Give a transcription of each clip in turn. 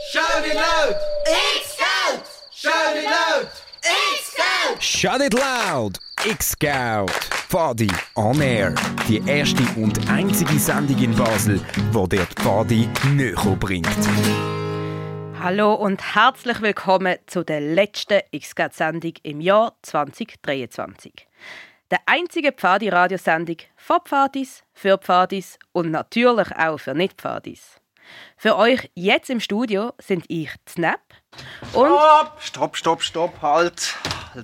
Shout it loud! X-Scout! Shout it loud! X-Scout! Shout it loud! X-Scout! Pfadi on Air. Die erste und einzige Sendung in Basel, die dir die Pfadi näher bringt. Hallo und herzlich willkommen zu der letzten X-Scout-Sendung im Jahr 2023. Der einzige Pfadi-Radiosendung von Pfadis, für Pfadis und natürlich auch für Nicht-Pfadis. Für euch jetzt im Studio sind ich Snap und... Stopp, halt.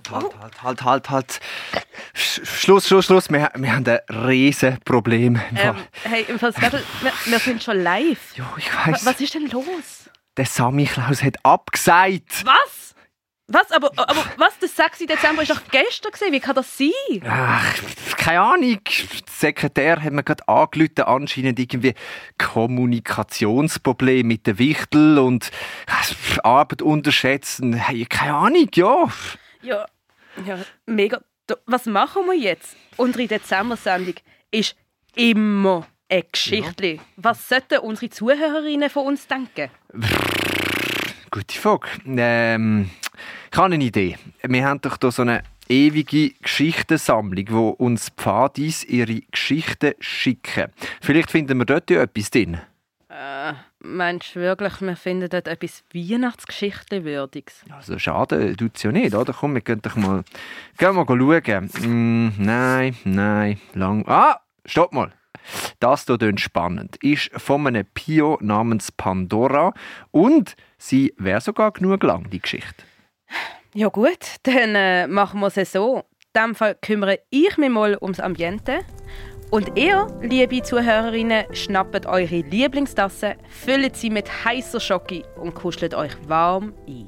Schluss. Wir haben ein riesen Problem. Hey, im Fall, wir sind schon live. Jo, ich weiss. Was ist denn los? Der Sammy Klaus hat abgesagt. Was? Aber was? Der 6. Dezember war doch gestern. Wie kann das sein? Ach, keine Ahnung. Der Sekretär hat mir gerade angerufen, anscheinend irgendwie Kommunikationsprobleme mit der Wichtel und Arbeit unterschätzen. Hey, keine Ahnung, ja. Ja, mega. Was machen wir jetzt? Unsere Dezember-Sendung ist immer eine Geschichte. Ja. Was sollten unsere Zuhörerinnen von uns denken? Gute Frage. Ich habe eine Idee. Wir haben doch hier so eine ewige Geschichtensammlung, wo uns Pfadis ihre Geschichten schicken. Vielleicht finden wir dort ja etwas drin. Meinst du wirklich, wir finden dort etwas Weihnachtsgeschichtenwürdiges? Also schade, tut es ja nicht, oder? Komm, wir gehen doch mal schauen. Nein, lang... Stopp mal. Das hier klingt spannend. Ist von einem Pio namens Pandora und sie wäre sogar genug lang, die Geschichte. Ja gut, dann machen wir es so. In diesem Fall kümmere ich mich mal ums Ambiente. Und ihr, liebe Zuhörerinnen, schnappt eure Lieblingstasse, füllt sie mit heißer Schoki und kuschelt euch warm ein.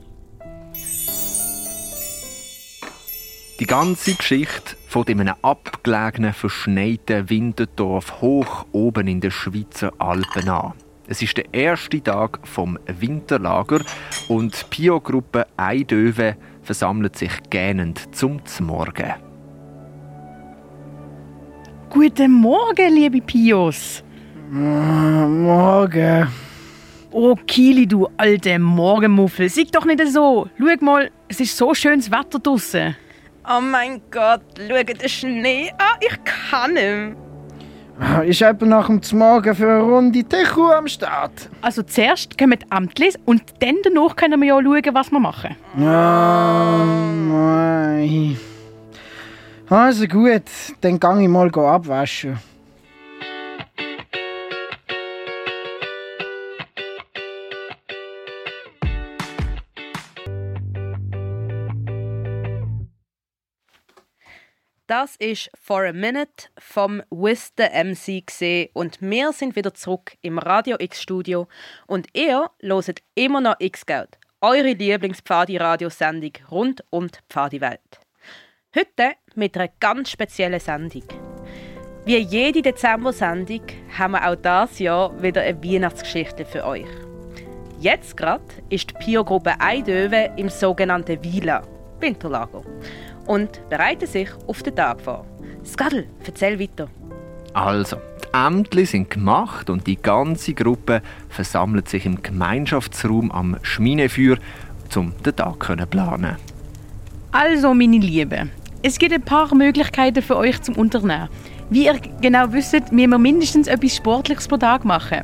Die ganze Geschichte von einem abgelegenen, verschneiten Winterdorf hoch oben in den Schweizer Alpen an. Es ist der erste Tag vom Winterlager und die Pio-Gruppe Eidöwe versammelt sich gähnend zum Morgen. Guten Morgen, liebe Pios. Morgen. Oh, Kili, du alte Morgenmuffel. Sag doch nicht so. Schau mal, es ist so schönes Wetter draussen. Oh mein Gott, schau den Schnee an. Ich kann nicht mehr. Ist jemand nach dem Morgen für eine Runde Techu am Start? Also zuerst kommen die Amtlis und dann danach können wir ja schauen, was wir machen. Nein. Also gut, dann gehe ich mal abwaschen. Das ist «For a Minute» vom Wiz the MC und wir sind wieder zurück im Radio X-Studio und ihr hört immer noch X-Scout, eure Lieblings-Pfadi-Radiosendung rund um die Pfadi-Welt. Heute mit einer ganz speziellen Sendung. Wie jede Dezember-Sendung haben wir auch dieses Jahr wieder eine Weihnachtsgeschichte für euch. Jetzt gerade ist die Pio-Gruppe Eidöwe im sogenannten Vila, Winterlager, und bereiten sich auf den Tag vor. Skadl, erzähl weiter. Also, die Ämtli sind gemacht und die ganze Gruppe versammelt sich im Gemeinschaftsraum am Schminefeuer, um den Tag zu planen. Also, meine Lieben, es gibt ein paar Möglichkeiten für euch zum Unternehmen. Wie ihr genau wisst, müssen wir mindestens etwas Sportliches pro Tag machen.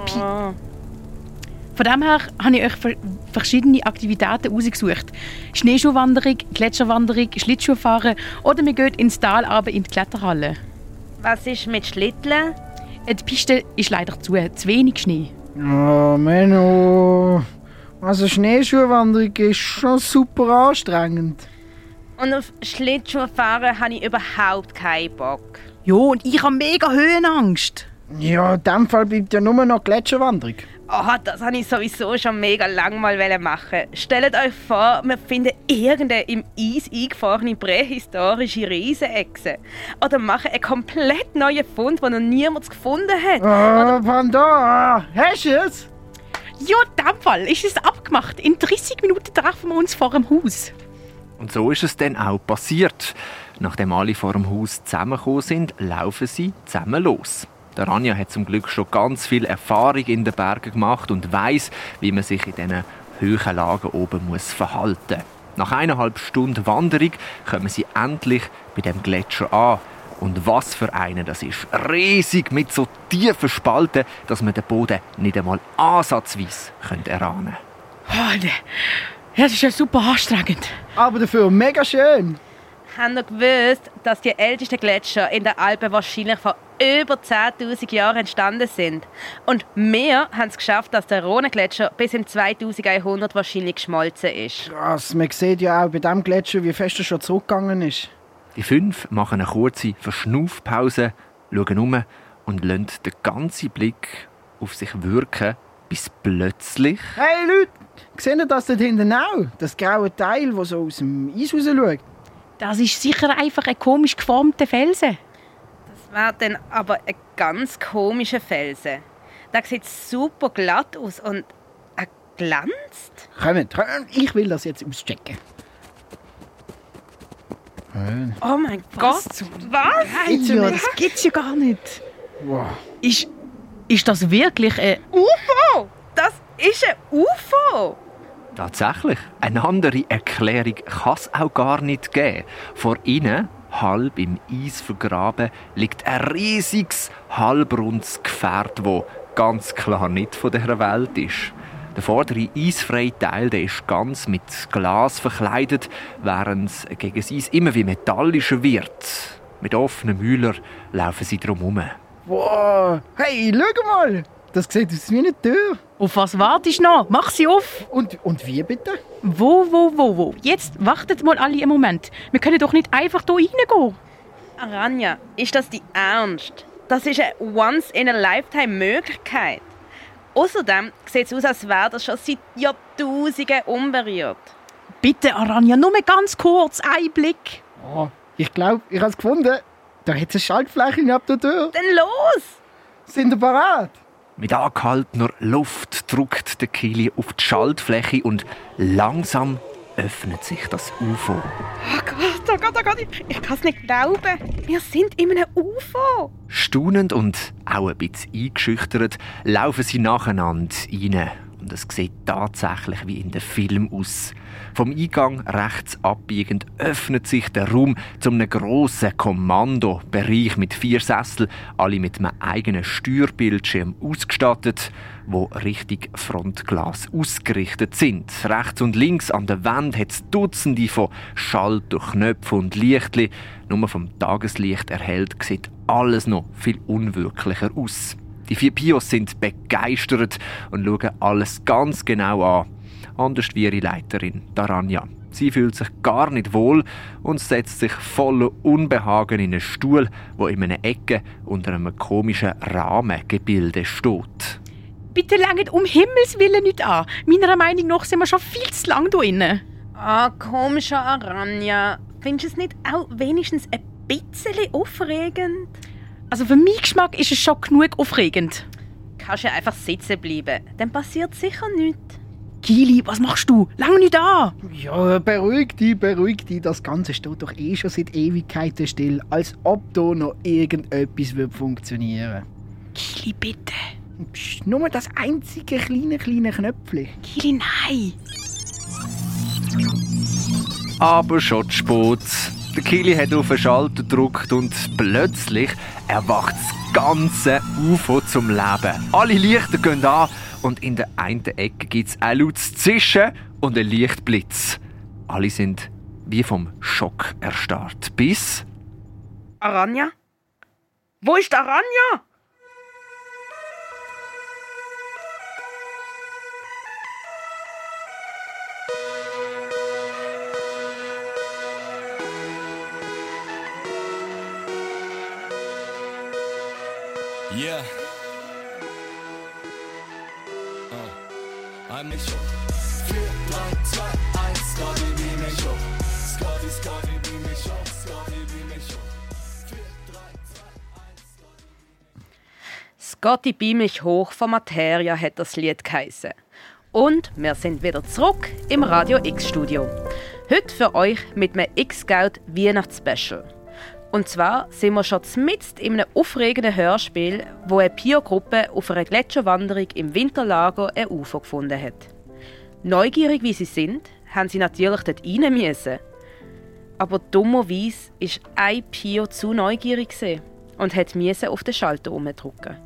Von dem her habe ich euch verschiedene Aktivitäten ausgesucht. Schneeschuhwanderung, Gletscherwanderung, Schlittschuhfahren oder wir gehen ins Tal in die Kletterhalle. Was ist mit Schlitteln? Die Piste ist leider zu wenig Schnee. Oh, Menno. Also Schneeschuhwanderung ist schon super anstrengend. Und auf Schlittschuhfahren habe ich überhaupt keinen Bock. Ja, und ich habe mega Höhenangst. Ja, in diesem Fall bleibt ja nur noch Gletscherwanderung. Oh, das wollte ich sowieso schon mega lang mal machen. Stellt euch vor, wir finden irgendeine im Eis eingefrorene prähistorische Riesenechse. Oder machen einen komplett neuen Fund, den noch niemand gefunden hat. Oh, Pandora, hast du es? Ja, in dem Fall ist es abgemacht. In 30 Minuten treffen wir uns vor dem Haus. Und so ist es dann auch passiert. Nachdem alle vor dem Haus zusammengekommen sind, laufen sie zusammen los. Der Anja hat zum Glück schon ganz viel Erfahrung in den Bergen gemacht und weiss, wie man sich in diesen hohen Lagen oben verhalten muss. Nach 1,5 Stunden Wanderung kommen sie endlich bei dem Gletscher an. Und was für einen das ist. Riesig mit so tiefen Spalten, dass man den Boden nicht einmal ansatzweise erahnen könnte. Das ist ja super anstrengend. Aber dafür mega schön. Haben ihr gewusst, dass die ältesten Gletscher in den Alpen wahrscheinlich vor über 10'000 Jahren entstanden sind? Und wir haben es geschafft, dass der Rhone-Gletscher bis im 2100 wahrscheinlich geschmolzen ist. Krass, man sieht ja auch bei diesem Gletscher, wie fest er schon zurückgegangen ist. Die 5 machen eine kurze Verschnaufpause, schauen um und lassen den ganzen Blick auf sich wirken, bis plötzlich... Hey Leute, seht ihr das dort hinten auch? Das graue Teil, das so aus dem Eis raus schaut? Das ist sicher einfach ein komisch geformter Felsen. Das wäre dann aber ein ganz komischer Felsen. Der sieht super glatt aus und er glänzt. Kommt, ich will das jetzt auschecken. Oh mein Gott, was? Ja, das gibt's ja gar nicht. Wow. Ist das wirklich ein... UFO! Das ist ein UFO! Tatsächlich, eine andere Erklärung kann es auch gar nicht geben. Vor ihnen, halb im Eis vergraben, liegt ein riesiges, halbrundes Gefährt, das ganz klar nicht von dieser Welt ist. Der vordere eisfreie Teil der ist ganz mit Glas verkleidet, während es gegen das Eis immer wie metallischer wird. Mit offenen Mühlern laufen sie drum herum. Wow. Hey, schau mal! Das sieht aus wie eine Tür. Auf was wartest du noch? Mach sie auf! Und wie bitte? Wo? Jetzt wartet mal alle einen Moment. Wir können doch nicht einfach hier reingehen. Aranja, ist das die Ernst? Das ist eine Once-in-a-Lifetime-Möglichkeit. Außerdem sieht es aus, als wäre das schon seit Jahrtausenden unberührt. Bitte, Aranja, nur ganz kurz, einen Blick. Oh, ich glaube, ich habe es gefunden. Da hat es eine Schaltfläche ab der Tür. Dann los! Sind ihr bereit? Mit angehaltener Luft drückt der Kili auf die Schaltfläche und langsam öffnet sich das UFO. Oh Gott, ich kann es nicht glauben. Wir sind in einem UFO. Staunend und auch ein bisschen eingeschüchtert laufen sie nacheinander rein. Und es sieht tatsächlich wie in den Film aus. Vom Eingang rechts abbiegend öffnet sich der Raum zu einem grossen Kommandobereich mit 4 Sesseln, alle mit einem eigenen Steuerbildschirm ausgestattet, wo Richtung Frontglas ausgerichtet sind. Rechts und links an der Wand hat es Dutzende von Schalterknöpfen und Lichtli. Nur vom Tageslicht erhellt sieht alles noch viel unwirklicher aus. Die 4 Pios sind begeistert und schauen alles ganz genau an. Anders wie ihre Leiterin, Aranja. Sie fühlt sich gar nicht wohl und setzt sich voller Unbehagen in einen Stuhl, der in einer Ecke unter einem komischen Rahmengebilde steht. Bitte langt um Himmels Willen nicht an. Meiner Meinung nach sind wir schon viel zu lange hier drin. Komischer Aranja. Findest du es nicht auch wenigstens ein bisschen aufregend? Also für meinen Geschmack ist es schon genug aufregend. Kannst ja einfach sitzen bleiben, dann passiert sicher nichts. Kili, was machst du? Lang nicht an! Ja, beruhig dich. Das Ganze steht doch schon seit Ewigkeiten still, als ob da noch irgendetwas funktionieren würde. Kili, bitte. Psst, nur das einzige kleine Knöpfchen. Kili, nein! Aber schon zu spät. Der Kili hat auf den Schalter gedrückt und plötzlich erwacht das ganze UFO zum Leben. Alle Lichter gehen an und in der einen Ecke gibt es ein lautes Zischen und einen Lichtblitz. Alle sind wie vom Schock erstarrt. Bis... Aranja? Wo ist Aranja? Yeah. I'm nicht schon. 4, 3, 2, 1, Scotty wie mich hoch. Scotty wie mich hoch. Scotty wie mich hoch. 4, 3, 2, 1, Scotty beam mich hoch von Materia hat das Lied geheissen. Und wir sind wieder zurück im Radio X Studio. Heute für euch mit einem X-Scout Weihnachtsspecial. Und zwar sind wir schon mitten in einem aufregenden Hörspiel, wo eine Peer-Gruppe auf einer Gletscherwanderung im Winterlager ein UFO gefunden hat. Neugierig wie sie sind, haben sie natürlich dort rein müssen. Aber dummerweise war ein Peer zu neugierig und musste auf den Schalter drücken.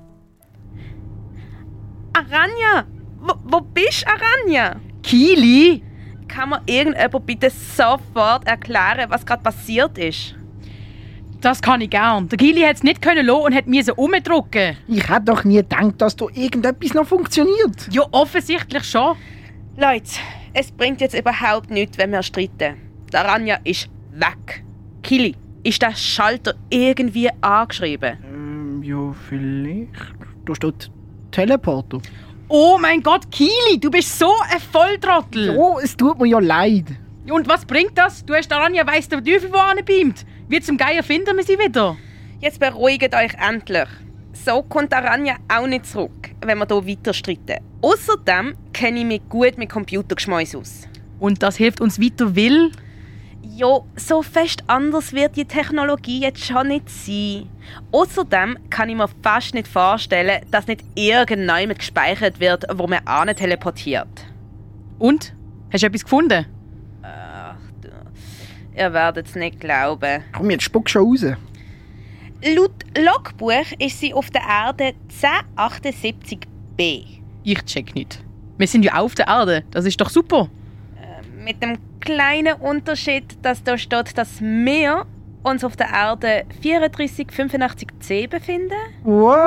Aranya! Wo bist du, Aranya? Kili? Kann mir irgendjemand bitte sofort erklären, was gerade passiert ist? Das kann ich gern. Der Kili hat es nicht lassen und musste umdrücken. Ich hätte doch nie gedacht, dass da irgendetwas noch funktioniert. Ja, offensichtlich schon. Leute, es bringt jetzt überhaupt nichts, wenn wir streiten. Der Aranya ist weg. Kili, ist der Schalter irgendwie angeschrieben? Ja, vielleicht. Da steht Teleporter. Oh mein Gott, Kili, du bist so ein Volltrottel. Ja, es tut mir ja leid. Und was bringt das? Du hast Aranya weiss der Teufel wo anbeamt. Wie zum Geier finden wir sie wieder. Jetzt beruhigt euch endlich. So kommt Aranya auch nicht zurück, wenn wir hier weiter streiten. Außerdem kenne ich mich gut mit Computergeschmäus aus. Und das hilft uns weiter, weil... Ja, so fest anders wird die Technologie jetzt schon nicht sein. Außerdem kann ich mir fast nicht vorstellen, dass nicht irgendjemand gespeichert wird, wo man teleportiert. Und? Hast du etwas gefunden? Ach du, ihr werdet es nicht glauben. Komm, jetzt spuck schon raus. Laut Logbuch ist sie auf der Erde 1078b. Ich check nicht. Wir sind ja auf der Erde. Das ist doch super. Mit dem kleinen Unterschied, dass da steht, dass wir uns auf der Erde 3485c befinden. What?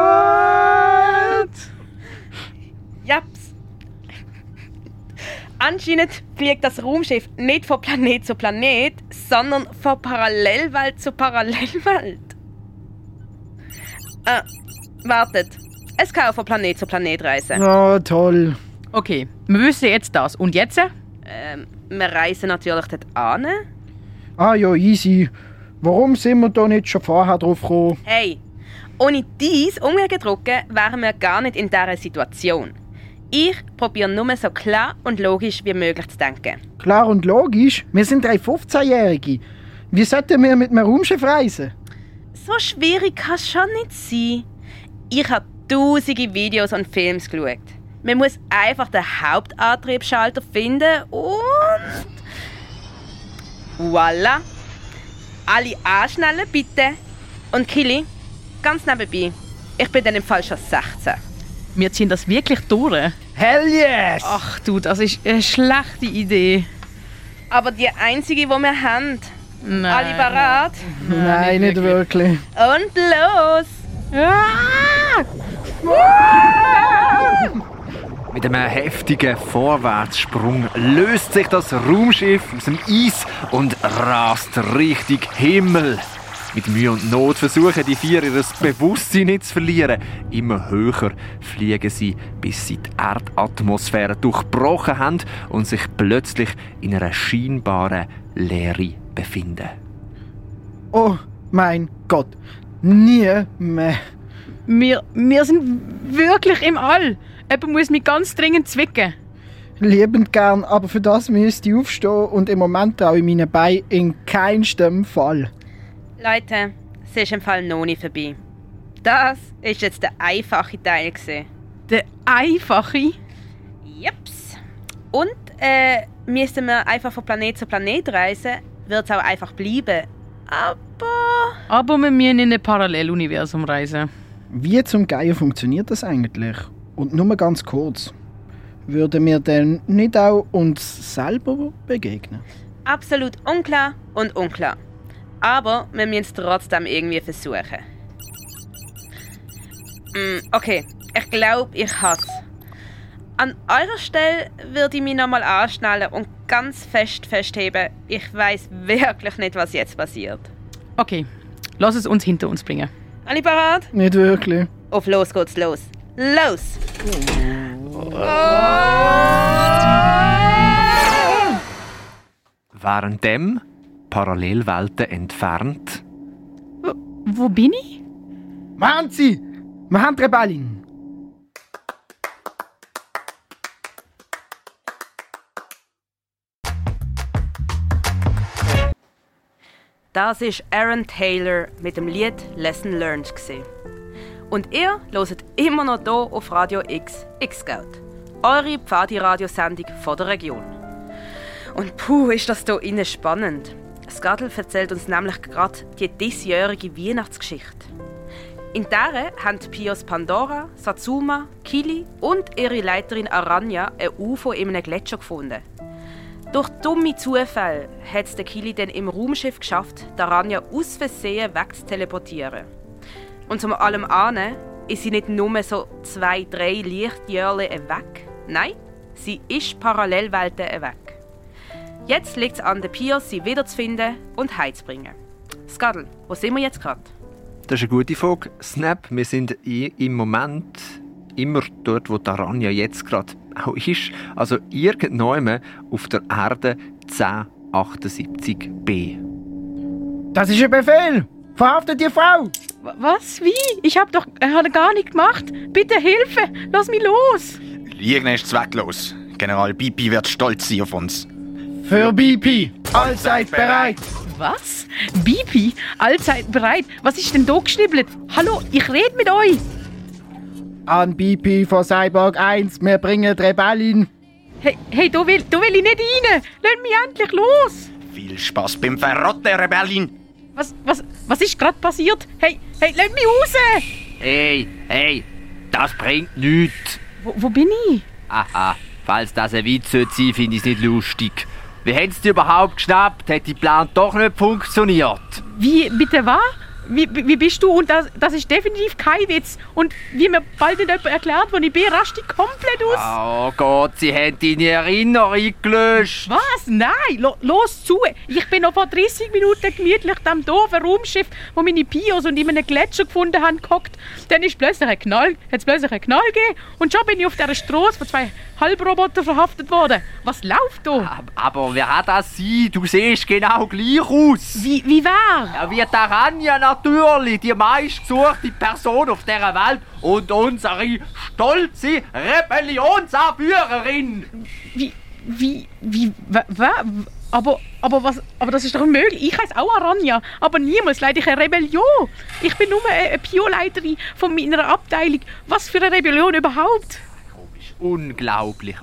Japs. Anscheinend fliegt das Raumschiff nicht von Planet zu Planet, sondern von Parallelwelt zu Parallelwelt. Wartet. Es kann auch von Planet zu Planet reisen. Ja, toll. Okay, wir wissen jetzt das. Und jetzt? Wir reisen natürlich dort an. Ah ja, easy. Warum sind wir da nicht schon vorher drauf gekommen? Hey, ohne dies umgedruckt wären wir gar nicht in dieser Situation. Ich probiere nur so klar und logisch wie möglich zu denken. Klar und logisch, wir sind 3 15-Jährige. Wie sollten wir mit einem Raumschiff reisen? So schwierig kann es schon nicht sein. Ich habe tausende Videos und Filme geschaut. Man muss einfach den Hauptantriebsschalter finden und... Voilà. Alle anschnallen, bitte. Und Kili, ganz nebenbei, ich bin dann im Fall schon 16. Wir ziehen das wirklich durch. Hell yes! Ach du, das ist eine schlechte Idee. Aber die einzige, die wir haben. Nein. Alle parat? Nein, nicht wirklich. Und los! Ah! Mit einem heftigen Vorwärtssprung löst sich das Raumschiff aus dem Eis und rast Richtung Himmel. Mit Mühe und Not versuchen die 4 ihr Bewusstsein nicht zu verlieren. Immer höher fliegen sie, bis sie die Erdatmosphäre durchbrochen haben und sich plötzlich in einer scheinbaren Leere befinden. Oh mein Gott, nie mehr. Wir sind wirklich im All. Jemand muss mich ganz dringend zwicken. Liebend gern, aber für das müsste ich aufstehen und im Moment traue ich meinen Beinen in keinstem Fall. Leute, es ist im Fall noch nicht vorbei. Das war jetzt der einfache Teil. Der einfache? Jeps. Und müssten wir einfach von Planet zu Planet reisen, wird es auch einfach bleiben. Aber wir müssen in ein Paralleluniversum reisen. Wie zum Geier funktioniert das eigentlich? Und nur ganz kurz. Würden wir denn nicht auch uns selber begegnen? Absolut unklar und unklar. Aber wir müssen es trotzdem irgendwie versuchen. Okay, ich glaube, ich hasse. An eurer Stelle würde ich mich nochmal anschnallen und ganz festheben. Ich weiß wirklich nicht, was jetzt passiert. Okay, lass es uns hinter uns bringen. Alle parat? Nicht wirklich. Auf los geht's los. Los! Währenddem Parallelwelten entfernt. Wo bin ich? Wir haben sie! Wir haben die Rebellin! Das war Aaron Taylor mit dem Lied «Lesson Learned». Und ihr hört immer noch hier auf Radio X X-Scout, eure Pfadi-Radiosendung von der Region. Und ist das hier innen spannend. Skadl erzählt uns nämlich gerade die diesjährige Weihnachtsgeschichte. In der haben Pios Pandora, Satsuma, Kili und ihre Leiterin Aranya ein UFO in einem Gletscher gefunden. Durch dumme Zufälle hat es der Kili dann im Raumschiff geschafft, die Aranya aus Versehen wegzuteleportieren. Und zum allem ahnen, ist sie nicht nur so 2-3 Lichtjahre weg. Nein, sie ist Parallelwelten weg. Jetzt liegt es an den Pios, sie wiederzufinden und heimzubringen. Skadl, wo sind wir jetzt gerade? Das ist eine gute Frage. Snap, wir sind im Moment immer dort, wo die Aranya jetzt gerade auch ist. Also irgendwann auf der Erde 1078b. Das ist ein Befehl! Verhaftet die Frau! Was? Wie? Ich habe gar nichts gemacht. Bitte Hilfe! Lass mich los! Lügen ist zwecklos. General Bipi wird stolz sein auf uns. Für BP! Allzeit bereit! Was? Bipi? Allzeit bereit? Was ist denn da geschnibbelt? Hallo, ich rede mit euch! An BP von Cyborg 1, wir bringen die Rebellin. Hey, da will ich nicht rein! Lass mich endlich los! Viel Spaß beim Verrotten, Rebellin! Was ist gerade passiert? Hey, lass mich raus! Hey, das bringt nichts. Wo bin ich? Aha, falls das ein Witz sein sollte, finde ich es nicht lustig. Wie haben sie dich überhaupt geschnappt? Hat der Plan doch nicht funktioniert? Wie, bitte was? Wie bist du? Und das ist definitiv kein Witz. Und wie mir bald nicht jemand erklärt, wo ich bin, raste ich komplett aus. Oh Gott, sie haben deine Erinnerung gelöscht. Was? Nein, los zu. Ich bin noch vor 30 Minuten gemütlich am doofen Raumschiff, wo meine Pios und in einem Gletscher gefunden haben, gehockt. Dann ist plötzlich ein Knall gegeben und schon bin ich auf dieser Strasse von 2 Halbroboter verhaftet worden. Was läuft da? Aber wer hat das sein? Du siehst genau gleich aus. Wie wer? Ja, wie die Aranya natürlich, die meistgesuchte Person auf dieser Welt und unsere stolze Rebellionsanführerin. Aber das ist doch unmöglich. Ich heiße auch Aranya, aber niemals leite ich eine Rebellion. Ich bin nur eine Pio-Leiterin von meiner Abteilung. Was für eine Rebellion überhaupt? Komisch, unglaublich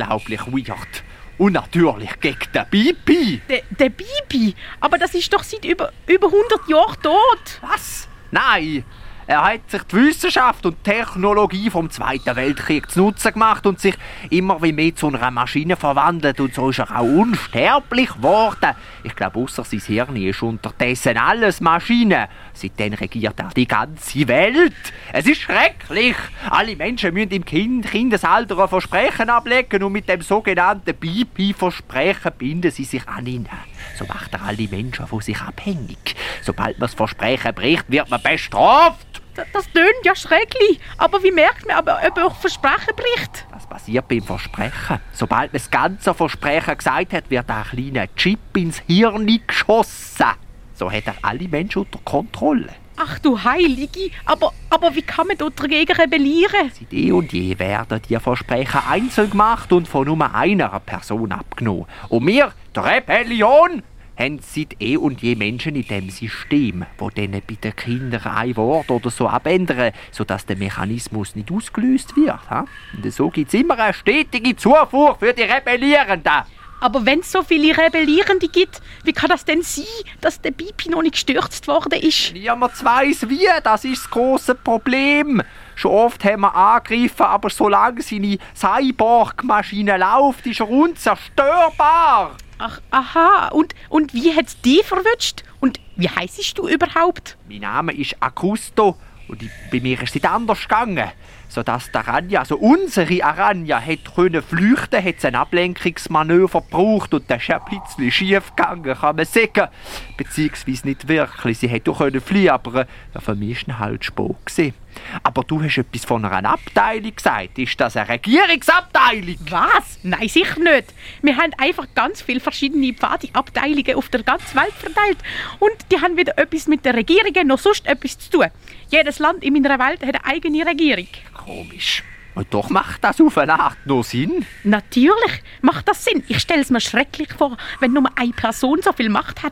weird. Und natürlich gegen den Bipi. Der Bipi? Aber das ist doch seit über 100 Jahren tot. Was? Nein. Er hat sich die Wissenschaft und die Technologie vom Zweiten Weltkrieg zu Nutzen gemacht und sich immer wie mehr zu einer Maschine verwandelt. Und so ist er auch unsterblich geworden. Ich glaube, ausser sein Hirn ist unterdessen alles Maschine. Seitdem regiert er die ganze Welt. Es ist schrecklich. Alle Menschen müssen im Kindesalter ein Versprechen ablegen und mit dem sogenannten BP-Versprechen binden sie sich an ihn. So macht er alle Menschen von sich abhängig. Sobald man das Versprechen bricht, wird man bestraft. Das tönt ja schrecklich. Aber wie merkt man, ob er Versprechen bricht? Das passiert beim Versprechen. Sobald man das ganze Versprechen gesagt hat, wird ein kleiner Chip ins Hirn geschossen. So hat er alle Menschen unter Kontrolle. Ach du Heilige, aber wie kann man dort dagegen rebellieren? Seit eh und je werden die Versprechen einzeln gemacht und von nur einer Person abgenommen. Und wir, die Rebellion, haben seit eh und je Menschen in diesem System, die dann bei den Kindern ein Wort oder so abändern, sodass der Mechanismus nicht ausgelöst wird. Und so gibt es immer eine stetige Zufuhr für die Rebellierenden. Aber wenn es so viele Rebellierende gibt, wie kann das denn sein, dass der Bipi noch nicht gestürzt worden ist? Niemand weiss wie, das ist das grosse Problem. Schon oft haben wir angegriffen, aber solange seine Cyborg-Maschine läuft, ist er unzerstörbar. Ach, aha. Und wie hat es dich verwünscht? Und wie heissest du überhaupt? Mein Name ist Akusto und bei mir ist es nicht anders gegangen. Sodass die Aranya, also unsere Aranya, flüchten konnte, hat sie ein Ablenkungsmanöver gebraucht und das ist ein bisschen schief gegangen, kann man sagen. Beziehungsweise nicht wirklich. Sie hätte auch fliehen, aber für mich war es halt Sport. Aber du hast etwas von einer Abteilung gesagt. Ist das eine Regierungsabteilung? Was? Nein, sicher nicht. Wir haben einfach ganz viele verschiedene Pfadi-Abteilungen auf der ganzen Welt verteilt. Und die haben wieder etwas mit der Regierung noch sonst etwas zu tun. Jedes Land in meiner Welt hat eine eigene Regierung. Komisch. Und doch macht das auf eine Art noch Sinn. Natürlich macht das Sinn. Ich stelle es mir schrecklich vor, wenn nur eine Person so viel Macht hat.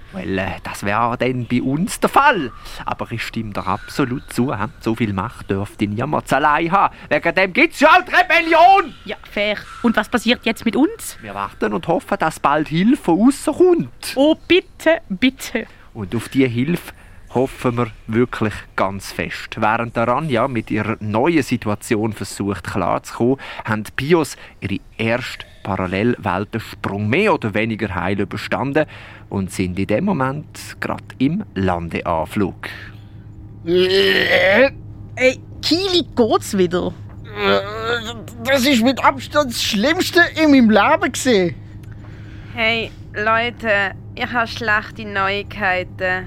Das wäre dann bei uns der Fall. Aber ich stimme dir absolut zu. So viel Macht dürfte niemand allein haben. Wegen dem gibt es ja auch die Rebellion. Ja, fair. Und was passiert jetzt mit uns? Wir warten und hoffen, dass bald Hilfe von aussen kommt. Oh, bitte, bitte. Und auf diese Hilfe hoffen wir wirklich ganz fest. Während der Ranja mit ihrer neuen Situation versucht klarzukommen, haben die Pios ihre erste Parallelweltensprung mehr oder weniger heil überstanden und sind in dem Moment gerade im Landeanflug. Äh, Ey, Kili, geht's wieder? Das ist mit Abstand das Schlimmste in meinem Leben gewesen. Hey, Leute, ich habe schlechte Neuigkeiten.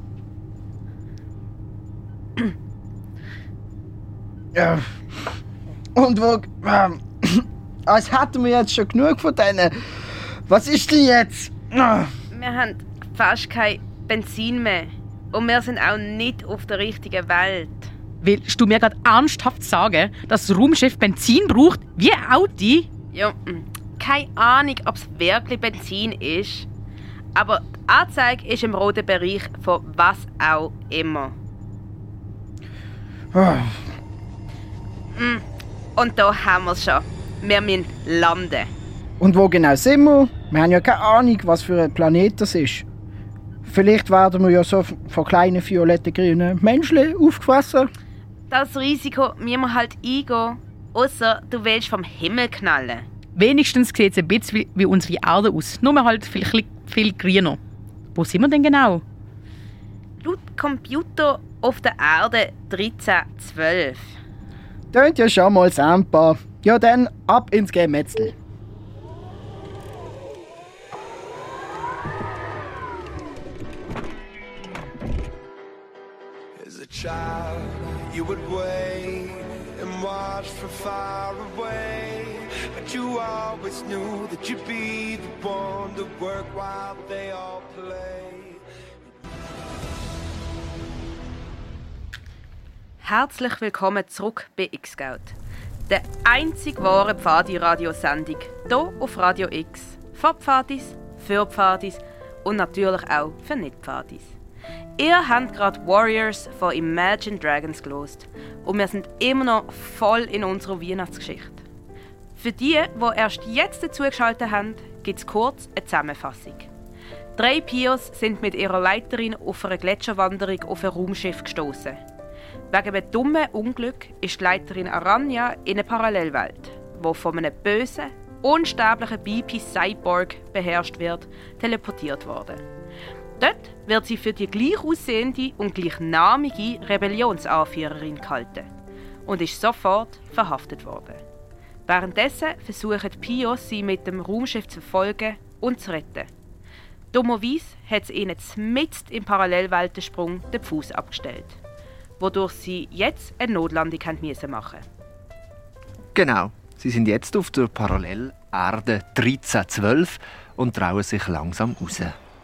Ja. Und wo... als hätten wir jetzt schon genug von denen. Was ist denn jetzt? Wir haben fast kein Benzin mehr. Und wir sind auch nicht auf der richtigen Welt. Willst du mir gerade ernsthaft sagen, dass das Raumschiff Benzin braucht, wie ein Audi? Ja, keine Ahnung, ob es wirklich Benzin ist. Aber die Anzeige ist im roten Bereich von was auch immer. Und da haben wir es schon. Wir müssen landen. Und wo genau sind wir? Wir haben ja keine Ahnung, was für ein Planet das ist. Vielleicht werden wir ja so von kleinen violetten grünen Menschen aufgefressen. Das Risiko müssen wir halt eingehen. Ausser du willst vom Himmel knallen. Wenigstens sieht es ein bisschen wie unsere Erde aus, nur halt viel grüner. Wo sind wir denn genau? Laut Computer auf der Erde 1312. Tönt ja schon mal sampa. Ja dann, ab ins Gemetzel. As a child, you would wait and watch from far away. But you always knew that you'd be the one to work while they all play. Herzlich willkommen zurück bei X-Scout. Der einzig wahre Pfadi-Radiosendung hier auf Radio X. Von Pfadis, für Pfadis und natürlich auch für Nicht-Pfadis. Ihr habt gerade Warriors von Imagine Dragons gelost und wir sind immer noch voll in unserer Weihnachtsgeschichte. Für die erst jetzt dazugeschaltet haben, gibt es kurz eine Zusammenfassung. 3 Pios sind mit ihrer Leiterin auf einer Gletscherwanderung auf ein Raumschiff gestoßen. Wegen einem dummen Unglück ist die Leiterin Aranya in eine Parallelwelt, die von einem bösen, unsterblichen BP-Cyborg beherrscht wird, teleportiert worden. Dort wird sie für die gleich aussehende und gleichnamige Rebellionsanführerin gehalten und ist sofort verhaftet worden. Währenddessen versuchen die Pios, sie mit dem Raumschiff zu verfolgen und zu retten. Dummerweise hat es ihnen mitten im Parallelweltensprung den Fuß abgestellt, wodurch sie jetzt eine Notlandung machen mussten. Genau, sie sind jetzt auf der Parallelerde 1312 und trauen sich langsam raus.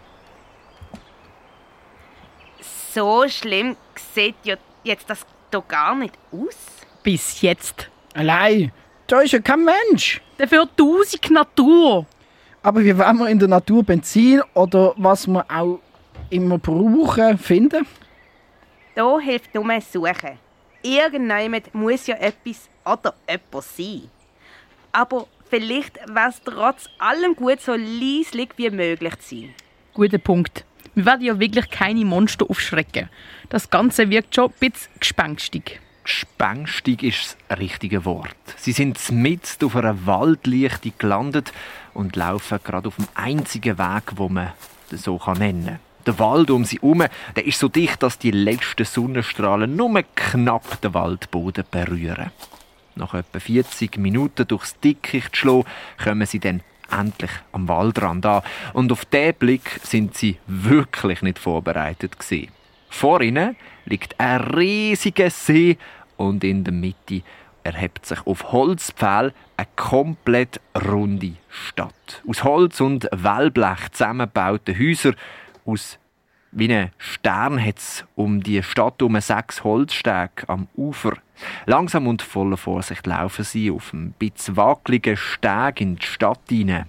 So schlimm sieht ja jetzt das hier gar nicht aus. Bis jetzt. Allein, da ist ja kein Mensch. Dafür 1000 Natur. Aber wie wollen wir in der Natur Benzin oder was wir auch immer brauchen, finden? Da hilft nur Suchen. Irgendjemand muss ja etwas oder jemand sein. Aber vielleicht wäre es trotz allem gut, so leislich wie möglich zu sein. Guter Punkt. Wir werden ja wirklich keine Monster aufschrecken. Das Ganze wirkt schon ein bisschen gespenstig. Gespenstig ist das richtige Wort. Sie sind mitten auf einer Waldlichte gelandet und laufen gerade auf dem einzigen Weg, den man so nennen kann. Der Wald um sie herum ist so dicht, dass die letzten Sonnenstrahlen nur knapp den Waldboden berühren. Nach etwa 40 Minuten durchs Dickicht schlagen, kommen sie dann endlich am Waldrand an. Und auf diesen Blick sind sie wirklich nicht vorbereitet gewesen. Vor ihnen liegt ein riesiger See und in der Mitte erhebt sich auf Holzpfählen eine komplett runde Stadt. Aus Holz und Wellblech zusammengebaute Häuser. Aus wie ein Stern hat es um die Stadt 6 Holzstege am Ufer. Langsam und voller Vorsicht laufen sie auf einem bisschen wackeligen Steg in die Stadt hinein.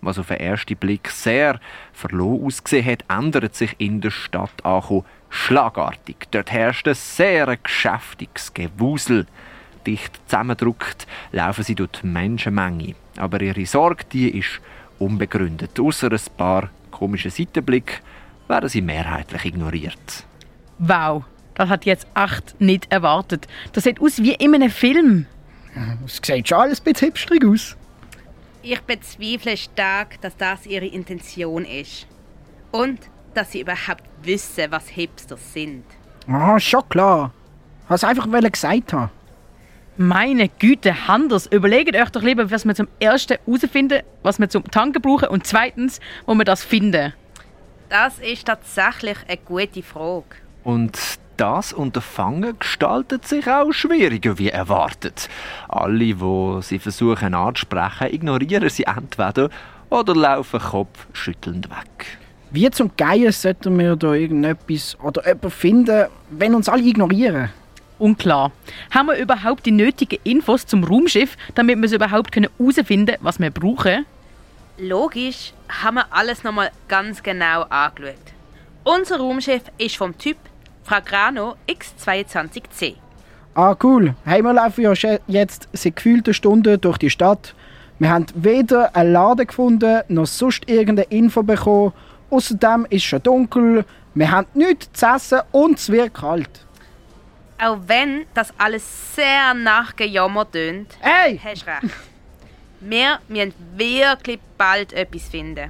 Was auf den ersten Blick sehr verloren ausgesehen hat, ändert sich in der Stadt schlagartig. Dort herrscht ein sehr geschäftiges Gewusel. Dicht zusammengedrückt laufen sie durch die Menschenmenge. Aber ihre Sorge, die ist unbegründet. Ausser ein paar komischen Seitenblicken werden sie mehrheitlich ignoriert. Wow, das hat jetzt echt nicht erwartet. Das sieht aus wie in einem Film. Es sieht schon alles ein bisschen hipsterig aus. Ich bezweifle stark, dass das ihre Intention ist. Und dass sie überhaupt wissen, was Hipsters sind. Ah, schon klar. Hast einfach gesagt haben. Meine Güte, Handels, überlegt euch doch lieber, was wir zum Ersten herausfinden, was wir zum Tanken brauchen und zweitens, wo wir das finden. Das ist tatsächlich eine gute Frage. Und das Unterfangen gestaltet sich auch schwieriger wie erwartet. Alle, die sie versuchen anzusprechen, ignorieren sie entweder oder laufen kopfschüttelnd weg. Wie zum Geier sollten wir da irgendetwas oder jemanden finden, wenn uns alle ignorieren? Unklar. Haben wir überhaupt die nötigen Infos zum Raumschiff, damit wir es überhaupt herausfinden können, was wir brauchen? Logisch haben wir alles nochmal ganz genau angeschaut. Unser Raumschiff ist vom Typ Fragrano X-22C. Ah, cool. Hey, wir laufen ja jetzt seit gefühlten Stunden durch die Stadt. Wir haben weder einen Laden gefunden, noch sonst irgendeine Info bekommen. Außerdem ist es schon dunkel, wir haben nichts zu essen und es wird kalt. Auch wenn das alles sehr nachgejammert tönt, Hey! hast recht. Wir müssen wirklich bald etwas finden.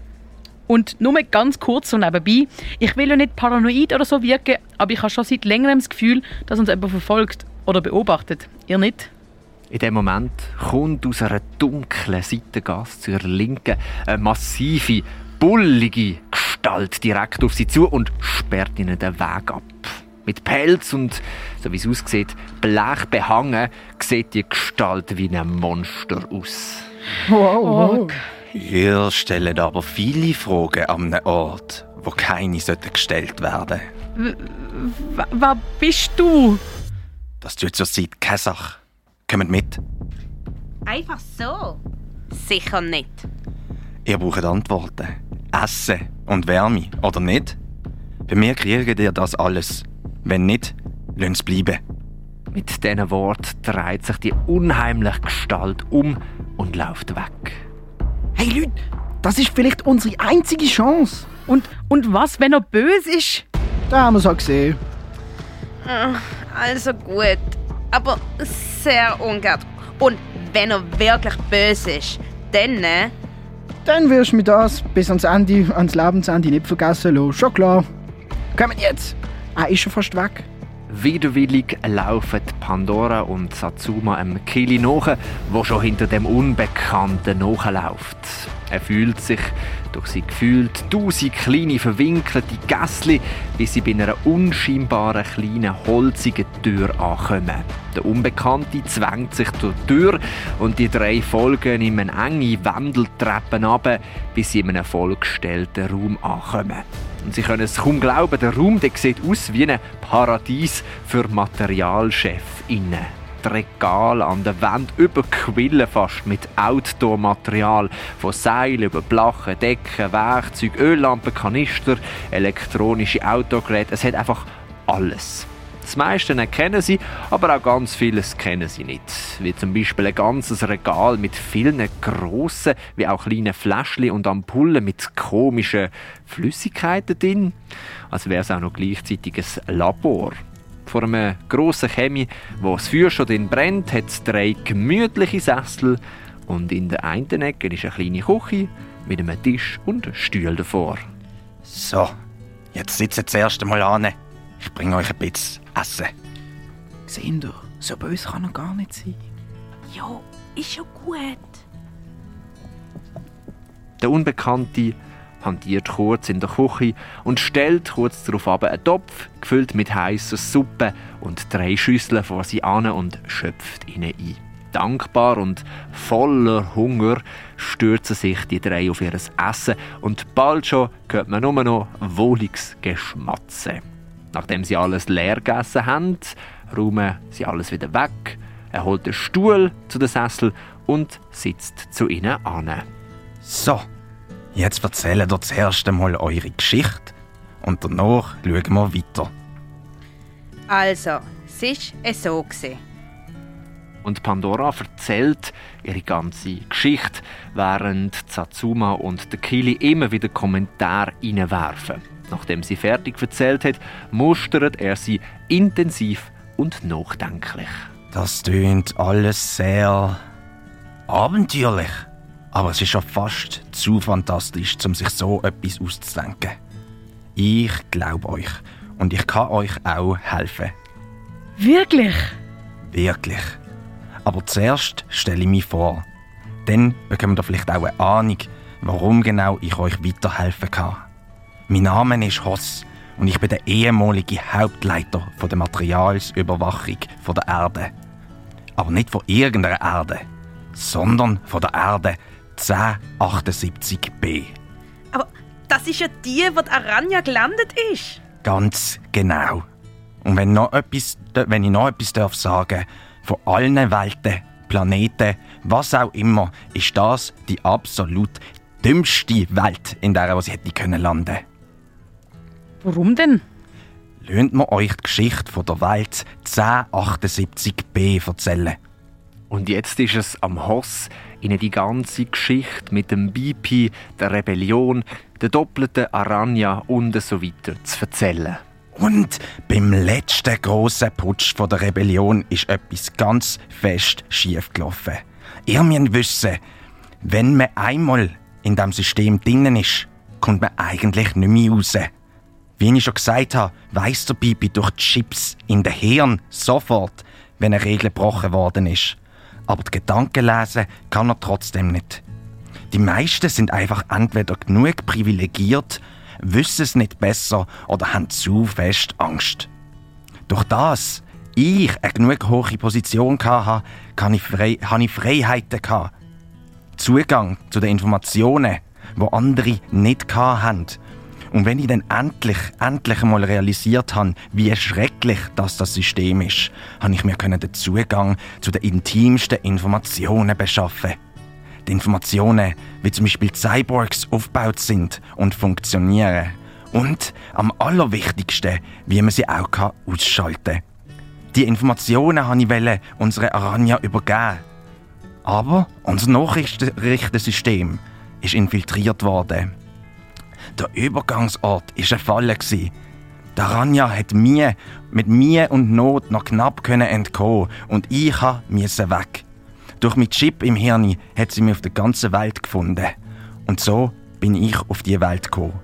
Und nur ganz kurz so nebenbei, ich will ja nicht paranoid oder so wirken, aber ich habe schon seit längerem das Gefühl, dass uns jemand verfolgt oder beobachtet. Ihr nicht? In dem Moment kommt aus einer dunklen Seitengasse zur Linken eine massive, bullige Gestalt direkt auf sie zu und sperrt ihnen den Weg ab. Mit Pelz und, so wie es aussieht, Blech behangen, sieht die Gestalt wie ein Monster aus. Wow. Ihr stellt aber viele Fragen an einem Ort, wo keine gestellt werden sollten. Wer bist du? Das tut zurzeit keine Sache. Kommt mit. Einfach so? Sicher nicht. Ihr braucht Antworten. Essen und Wärme, oder nicht? Bei mir kriegt ihr das alles. Wenn nicht, lasst es bleiben. Mit diesen Worten dreht sich die unheimliche Gestalt um und läuft weg. Hey Leute, das ist vielleicht unsere einzige Chance. Und was, wenn er böse ist? Da haben wir es auch gesehen. Also gut, aber sehr ungern. Und wenn er wirklich böse ist, dann... Dann wirst du mir das bis ans Lebensende nicht vergessen lassen. Schon klar. Kommt jetzt. Er ist schon fast weg. Widerwillig laufen Pandora und Satsuma einem Kili nach, der schon hinter dem Unbekannten nachläuft. Er fühlt sich durch sie gefühlt 1000 kleine verwinkelte Gässli, bis sie bei einer unscheinbaren kleinen holzigen Tür ankommen. Der Unbekannte zwängt sich durch die Tür und die drei folgen ihm eine enge Wendeltreppe runter, bis sie in einem vollgestellten Raum ankommen. Und sie können es kaum glauben, der Raum der sieht aus wie ein Paradies für Materialchefinnen. Die Regale an der Wand überquillen fast mit Outdoor-Material, von Seilen über Blachen, Decken, Werkzeuge, Öllampen, Kanister, elektronische Autogeräte. Es hat einfach alles. Das meiste kennen sie, aber auch ganz vieles kennen sie nicht. Wie zum Beispiel ein ganzes Regal mit vielen grossen, wie auch kleinen Fläschchen und Ampullen mit komischen Flüssigkeiten drin. Als wäre es auch noch gleichzeitig ein Labor. Vor einem grossen Chemie, wo das Feuer schon drin brennt, hat es 3 gemütliche Sessel und in der einen Ecke ist eine kleine Küche mit einem Tisch und Stuhl davor. So, jetzt sitzt das erste Mal an. Ich bringe euch ein bisschen Essen. Sehen ihr, so böse kann er gar nicht sein. Ja, ist schon gut. Der Unbekannte hantiert kurz in der Küche und stellt kurz darauf einen Topf, gefüllt mit heißer Suppe und 3 Schüsseln vor sie an und schöpft ihnen ein. Dankbar und voller Hunger stürzen sich die 3 auf ihr Essen und bald schon hört man nur noch wohliges Geschmatze. Nachdem sie alles leer gegessen haben, räumen sie alles wieder weg, er holt den Stuhl zu den Sessel und sitzt zu ihnen an. So, jetzt erzählt ihr zuerst einmal eure Geschichte und danach schauen wir weiter. Also, es war so. Und Pandora erzählt ihre ganze Geschichte, während Satsuma und der Kili immer wieder Kommentare reinwerfen. Nachdem sie fertig erzählt hat, mustert er sie intensiv und nachdenklich. Das tönt alles sehr abenteuerlich. Aber es ist schon fast zu fantastisch, um sich so etwas auszudenken. Ich glaube euch und ich kann euch auch helfen. Wirklich? Wirklich. Aber zuerst stelle ich mich vor. Dann bekommt ihr vielleicht auch eine Ahnung, warum genau ich euch weiterhelfen kann. Mein Name ist Hoss und ich bin der ehemalige Hauptleiter von der Materialsüberwachung von der Erde. Aber nicht von irgendeiner Erde, sondern von der Erde 1078b. Aber das ist ja die, wo die Aranya gelandet ist. Ganz genau. Und wenn ich noch etwas darf sagen, von allen Welten, Planeten, was auch immer, ist das die absolut dümmste Welt, in der sie hätte landen können. Warum denn? Lasst mir euch die Geschichte von der Welt 1078b erzählen. Und jetzt ist es am Hoss, ihnen die ganze Geschichte mit dem BP, der Rebellion, der doppelten Aranya und so weiter zu erzählen. Und beim letzten grossen Putsch von der Rebellion ist etwas ganz fest schief gelaufen. Ihr müsst wissen, wenn man einmal in diesem System drinnen ist, kommt man eigentlich nicht mehr raus. Wie ich schon gesagt habe, weiss der Bibi durch die Chips in den Hirn sofort, wenn eine Regel gebrochen worden ist. Aber die Gedanken lesen kann er trotzdem nicht. Die meisten sind einfach entweder genug privilegiert, wissen es nicht besser oder haben zu fest Angst. Durch das ich eine genug hohe Position hatte, hatte ich Freiheiten. Zugang zu den Informationen, die andere nicht hatten. Und wenn ich dann endlich einmal realisiert habe, wie schrecklich das System ist, habe ich mir den Zugang zu den intimsten Informationen beschaffen. Die Informationen, wie zum Beispiel Cyborgs aufgebaut sind und funktionieren. Und am allerwichtigsten, wie man sie auch ausschalten kann. Die Informationen wollte ich unserer Aranya übergeben. Aber unser Nachrichtensystem ist infiltriert worden. Der Übergangsort war eine Falle. Die Aranya hat mit Mühe und Not noch knapp entkommen und ich musste weg. Durch meinen Chip im Hirn hat sie mich auf der ganzen Welt gefunden. Und so bin ich auf diese Welt gekommen.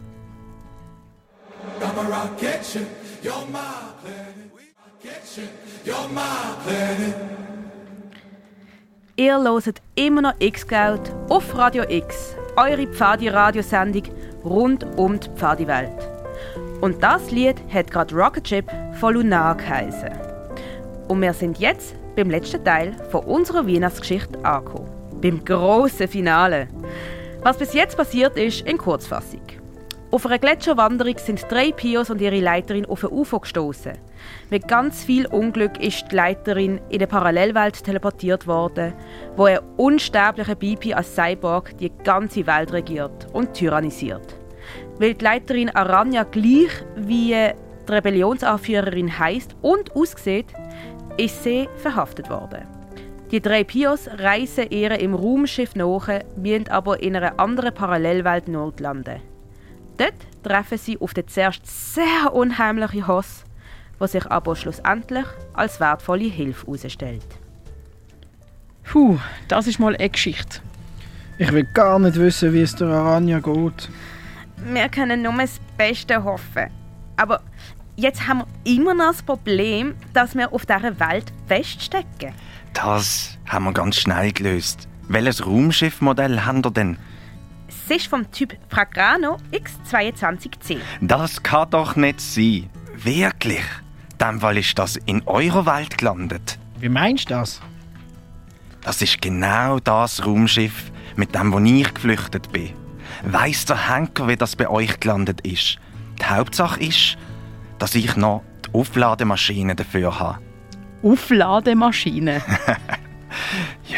Ihr hört immer noch X-Scout auf Radio X, eure Pfadi-Radiosendung rund um die Pfadi-Welt. Und das Lied hat gerade Rocket Ship von Lunar geheissen. Und wir sind jetzt beim letzten Teil von unserer Weihnachtsgeschichte angekommen. Beim grossen Finale. Was bis jetzt passiert ist, in Kurzfassung. Auf einer Gletscherwanderung sind 3 Pios und ihre Leiterin auf ein UFO gestoßen. Mit ganz viel Unglück ist die Leiterin in eine Parallelwelt teleportiert worden, wo ein unsterblicher BP als Cyborg die ganze Welt regiert und tyrannisiert. Weil die Leiterin Aranya gleich wie die Rebellionsanführerin heisst und aussieht, ist sie verhaftet worden. Die 3 Pios reisen ihr im Raumschiff nach, müssen aber in einer anderen Parallelwelt notlanden. Dort treffen sie auf den zuerst sehr unheimlichen Hoss, der sich aber schlussendlich als wertvolle Hilfe herausstellt. Puh, das ist mal eine Geschichte. Ich will gar nicht wissen, wie es der Aranya geht. Wir können nur das Beste hoffen. Aber jetzt haben wir immer noch das Problem, dass wir auf dieser Welt feststecken. Das haben wir ganz schnell gelöst. Welches Raumschiffmodell haben wir denn? Es ist vom Typ Fragrano X22C. Das kann doch nicht sein. Wirklich? In dem Fall ist das in eurer Welt gelandet. Wie meinst du das? Das ist genau das Raumschiff, mit dem wo ich geflüchtet bin. Weiss der Henker, wie das bei euch gelandet ist? Die Hauptsache ist, dass ich noch die Auflademaschine dafür habe. Auflademaschine? Ja,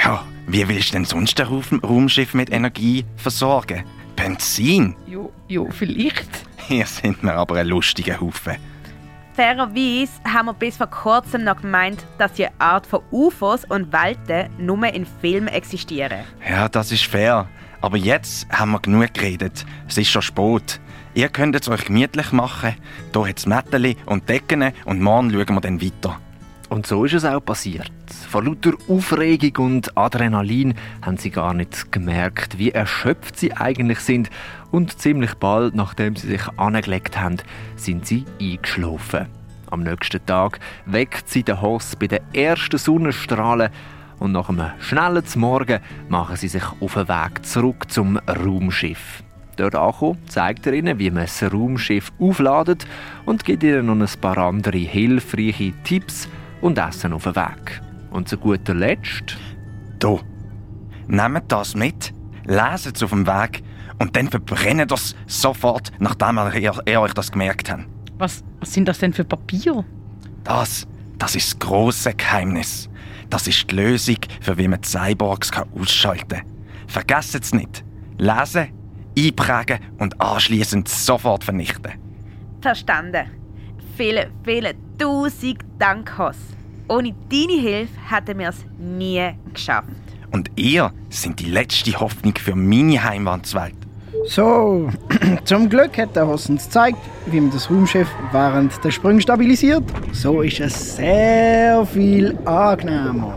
Wie willst du denn sonst ein Raumschiff mit Energie versorgen? Benzin? Jo, vielleicht. Hier sind wir aber ein lustiger Haufen. Fairerweise haben wir bis vor kurzem noch gemeint, dass die Art von UFOs und Welten nur in Filmen existieren. Ja, das ist fair. Aber jetzt haben wir genug geredet. Es ist schon spät. Ihr könnt es euch gemütlich machen. Hier hat es Mätteli und Decken und morgen schauen wir dann weiter. Und so ist es auch passiert. Vor lauter Aufregung und Adrenalin haben sie gar nicht gemerkt, wie erschöpft sie eigentlich sind. Und ziemlich bald, nachdem sie sich angelegt haben, sind sie eingeschlafen. Am nächsten Tag weckt sie den Hoss bei den ersten Sonnenstrahlen und nach einem schnellen Morgen machen sie sich auf den Weg zurück zum Raumschiff. Dort angekommen, zeigt er ihnen, wie man das Raumschiff aufladet und gibt ihnen noch ein paar andere hilfreiche Tipps und Essen auf den Weg. Und zu guter Letzt... Hier, nehmt das mit, leset es auf dem Weg und dann verbrennt das sofort, nachdem ihr euch das gemerkt habt. Was sind das denn für Papier? Das ist das grosse Geheimnis. Das ist die Lösung, für wie man die Cyborgs ausschalten kann. Vergesst es nicht. Lesen, einprägen und anschliessend sofort vernichten. Verstanden. Vielen, vielen tausend Dank, Hoss. Ohne deine Hilfe hätten wir es nie geschafft. Und ihr seid die letzte Hoffnung für meine Heimatwelt. So, zum Glück hat der Hoss uns gezeigt, wie man das Raumschiff während der Sprünge stabilisiert. So ist es sehr viel angenehmer.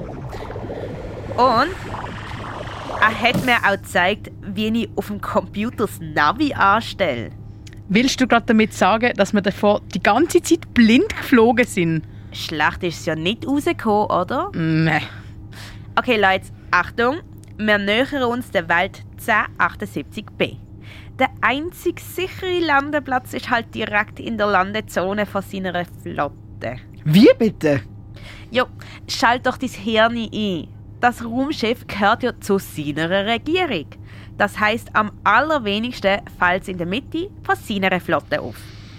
Und er hat mir auch gezeigt, wie ich auf dem Computer das Navi anstelle. Willst du gerade damit sagen, dass wir davor die ganze Zeit blind geflogen sind? Schlecht ist es ja nicht rausgekommen, oder? Meh. Okay, Leute, Achtung. Wir nähern uns der Welt 1078b. Der einzig sichere Landeplatz ist halt direkt in der Landezone von seiner Flotte. Wie bitte? Jo, schalt doch dein Hirn ein. Das Raumschiff gehört ja zu seiner Regierung. Das heisst, am allerwenigsten fällt es in der Mitte von seiner Flotte auf.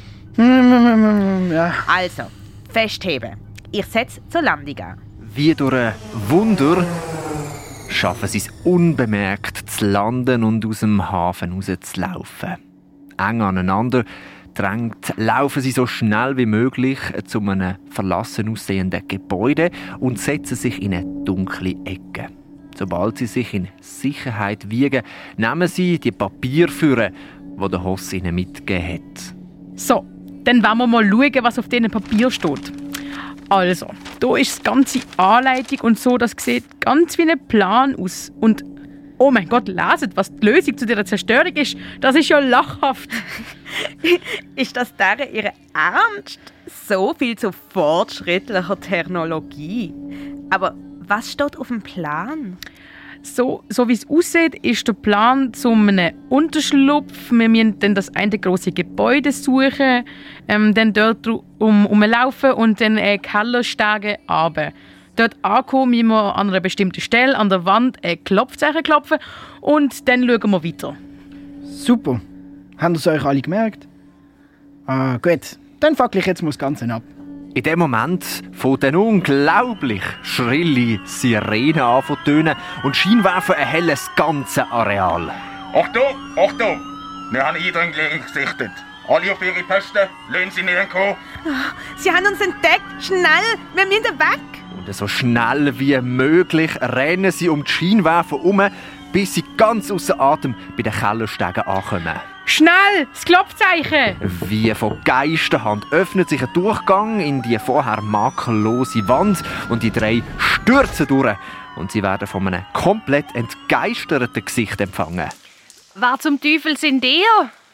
Ja. Also, festheben. Ich setze zur Landung an. Wie durch ein Wunder schaffen sie es unbemerkt zu landen und aus dem Hafen rauszulaufen. Eng aneinander drängt, laufen sie so schnell wie möglich zu einem verlassen aussehenden Gebäude und setzen sich in eine dunkle Ecke. Sobald sie sich in Sicherheit wiegen, nehmen sie die Papiere vor, die der Hoss ihnen mitgegeben hat. So, dann wollen wir mal schauen, was auf diesem Papier steht. Also, hier ist die ganze Anleitung und so, das sieht ganz wie ein Plan aus. Und, oh mein Gott, leset, was die Lösung zu dieser Zerstörung ist. Das ist ja lachhaft. Ist das deren ihr Ernst? So viel zu fortschrittlicher Technologie. Aber was steht auf dem Plan? So wie es aussieht, ist der Plan zu einem Unterschlupf. Wir müssen dann das eine große Gebäude suchen, dann dort rumlaufen und dann Kellerstege runter. Dort ankommen müssen wir an einer bestimmten Stelle an der Wand ein Klopfzeichen klopfen und dann schauen wir weiter. Super. Haben es euch alle gemerkt? Gut, dann fackel ich jetzt mal das Ganze ab. In dem Moment fängt eine unglaublich schrille Sirene an zu tönen und Scheinwerfer erhellen das ganze Areal. Achtung, Achtung! Wir haben Eindringlinge gesichtet. Alle auf ihre Posten, lassen Sie nicht entkommen. Sie haben uns entdeckt! Schnell! Wir müssen weg! Und so schnell wie möglich rennen sie um die Scheinwerfer herum, bis sie ganz außer Atem bei den Kellerstegen ankommen. Schnell! Das Klopfzeichen! Wie von Geisterhand öffnet sich ein Durchgang in die vorher makellose Wand und die drei stürzen durch. Und sie werden von einem komplett entgeisterten Gesicht empfangen. Wer zum Teufel sind ihr?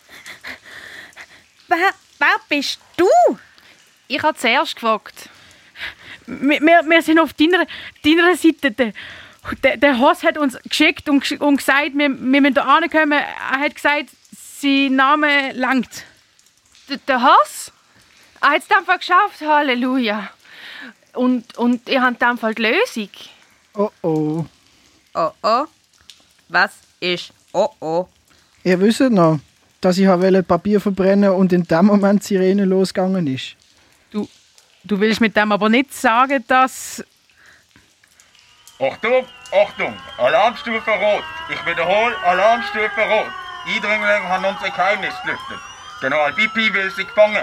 Wer bist du? Ich habe zuerst gefragt. Wir sind auf deiner Seite. Der Hoss hat uns geschickt und gesagt, wir müssen hier ankommen. Er hat gesagt, sein Name langt. Der Hoss? Er hat es dann geschafft, Halleluja. Und ihr habt dann die Lösung. Oh oh. Oh oh. Was ist oh oh? Ihr wisst noch, dass ich Papier verbrennen und in dem Moment die Sirene losgegangen ist. Du willst mit dem aber nicht sagen, dass... Achtung, Achtung, Alarmstufe Rot. Ich wiederhole, Alarmstufe Rot. Eindringlinge haben unser Geheimnis gelüftet. General Bipi will sie gefangen.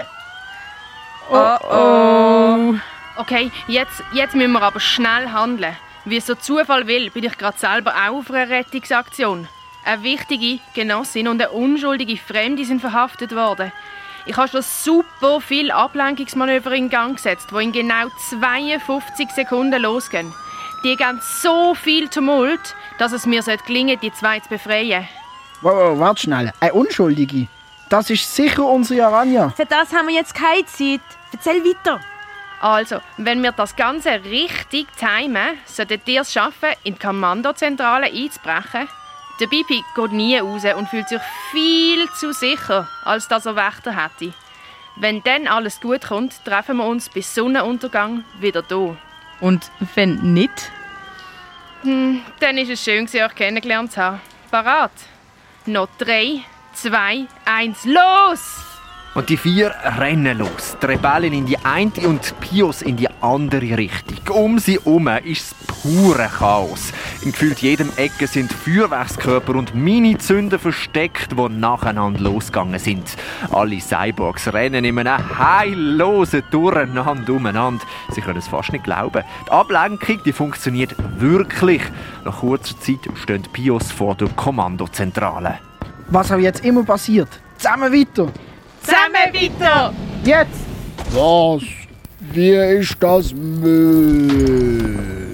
Oh. Okay, jetzt müssen wir aber schnell handeln. Wie es so Zufall will, bin ich gerade selber auch auf einer Rettungsaktion. Eine wichtige Genossin und eine unschuldige Fremde sind verhaftet worden. Ich habe schon super viele Ablenkungsmanöver in Gang gesetzt, die in genau 52 Sekunden losgehen. Die geben so viel Tumult, dass es mir gelingen sollte, die zwei zu befreien. Wow, warte schnell. Eine Unschuldige? Das ist sicher unsere Aranya. Für das haben wir jetzt keine Zeit. Erzähl weiter. Also, wenn wir das Ganze richtig timen, solltet ihr es schaffen, in die Kommandozentrale einzubrechen. Der Bipi geht nie raus und fühlt sich viel zu sicher, als dass er Wächter hätte. Wenn dann alles gut kommt, treffen wir uns bis Sonnenuntergang wieder hier. Und wenn nicht? Dann ist es schön, euch kennengelernt zu haben. Parat? Noch 3, 2, 1, los! Und die 4 rennen los. Die Rebellen in die eine und Pius in die andere Richtung. Um sie herum ist es pure Chaos. In gefühlt jedem Ecke sind Feuerwerkskörper und Mini-Zünder versteckt, die nacheinander losgegangen sind. Alle Cyborgs rennen in einem heillosen Durcheinander umeinander. Sie können es fast nicht glauben. Die Ablenkung die funktioniert wirklich. Nach kurzer Zeit stehen Pius vor der Kommandozentrale. Was auch jetzt immer passiert. Zusammen weiter. Zusammen weiter! Jetzt! Was? Wie ist das möglich?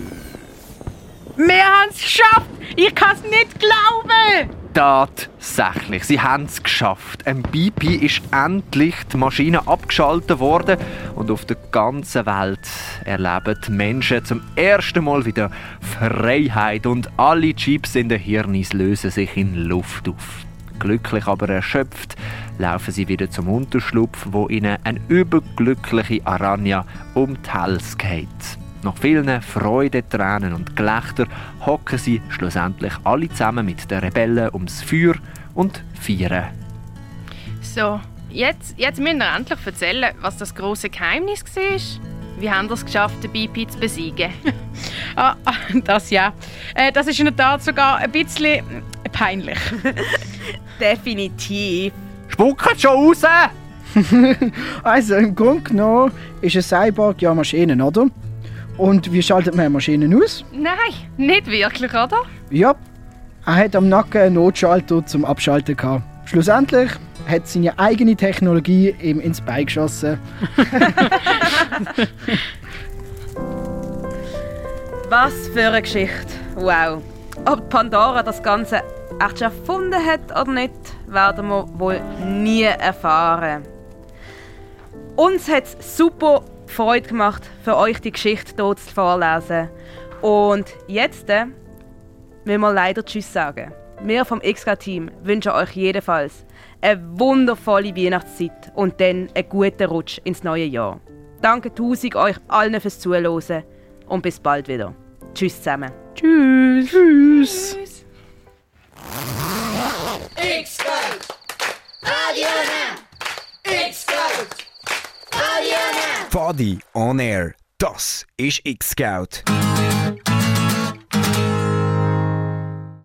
Wir haben es geschafft! Ich kann es nicht glauben! Tatsächlich, sie haben es geschafft. Am Bipi ist endlich die Maschine abgeschaltet worden und auf der ganzen Welt erleben die Menschen zum ersten Mal wieder Freiheit und alle Chips in den Hirnis lösen sich in Luft auf. Glücklich, aber erschöpft, laufen sie wieder zum Unterschlupf, wo ihnen eine überglückliche Aranya um die Hälse geht. Nach vielen Freudentränen und Gelächter hocken sie schlussendlich alle zusammen mit den Rebellen ums Feuer und feiern. So, jetzt müssen wir endlich erzählen, was das grosse Geheimnis war. Wie haben wir es geschafft, den Bipi zu besiegen? Das ja. Das ist in der Tat sogar ein bisschen peinlich. Definitiv. Spuckt schon raus! Also im Grunde genommen ist ein Cyborg ja Maschinen, oder? Und wie schaltet man Maschinen aus? Nein, nicht wirklich, oder? Ja, er hat am Nacken einen Notschalter zum Abschalten gehabt. Schlussendlich hat seine eigene Technologie ihm ins Bein geschossen. Was für eine Geschichte. Wow. Ob Pandora das Ganze echt schon erfunden hat oder nicht, werden wir wohl nie erfahren. Uns hat es super Freude gemacht, für euch die Geschichte hier zu vorlesen. Und jetzt müssen wir leider Tschüss sagen. Wir vom XK-Team wünschen euch jedenfalls eine wundervolle Weihnachtszeit und dann einen guten Rutsch ins neue Jahr. Danke tausend euch allen fürs Zuhören und bis bald wieder. Tschüss zusammen. Tschüss. Tschüss. X-Scout! Radio Now! X-Scout! Radio Now! Fadi on Air. Das ist X-Scout.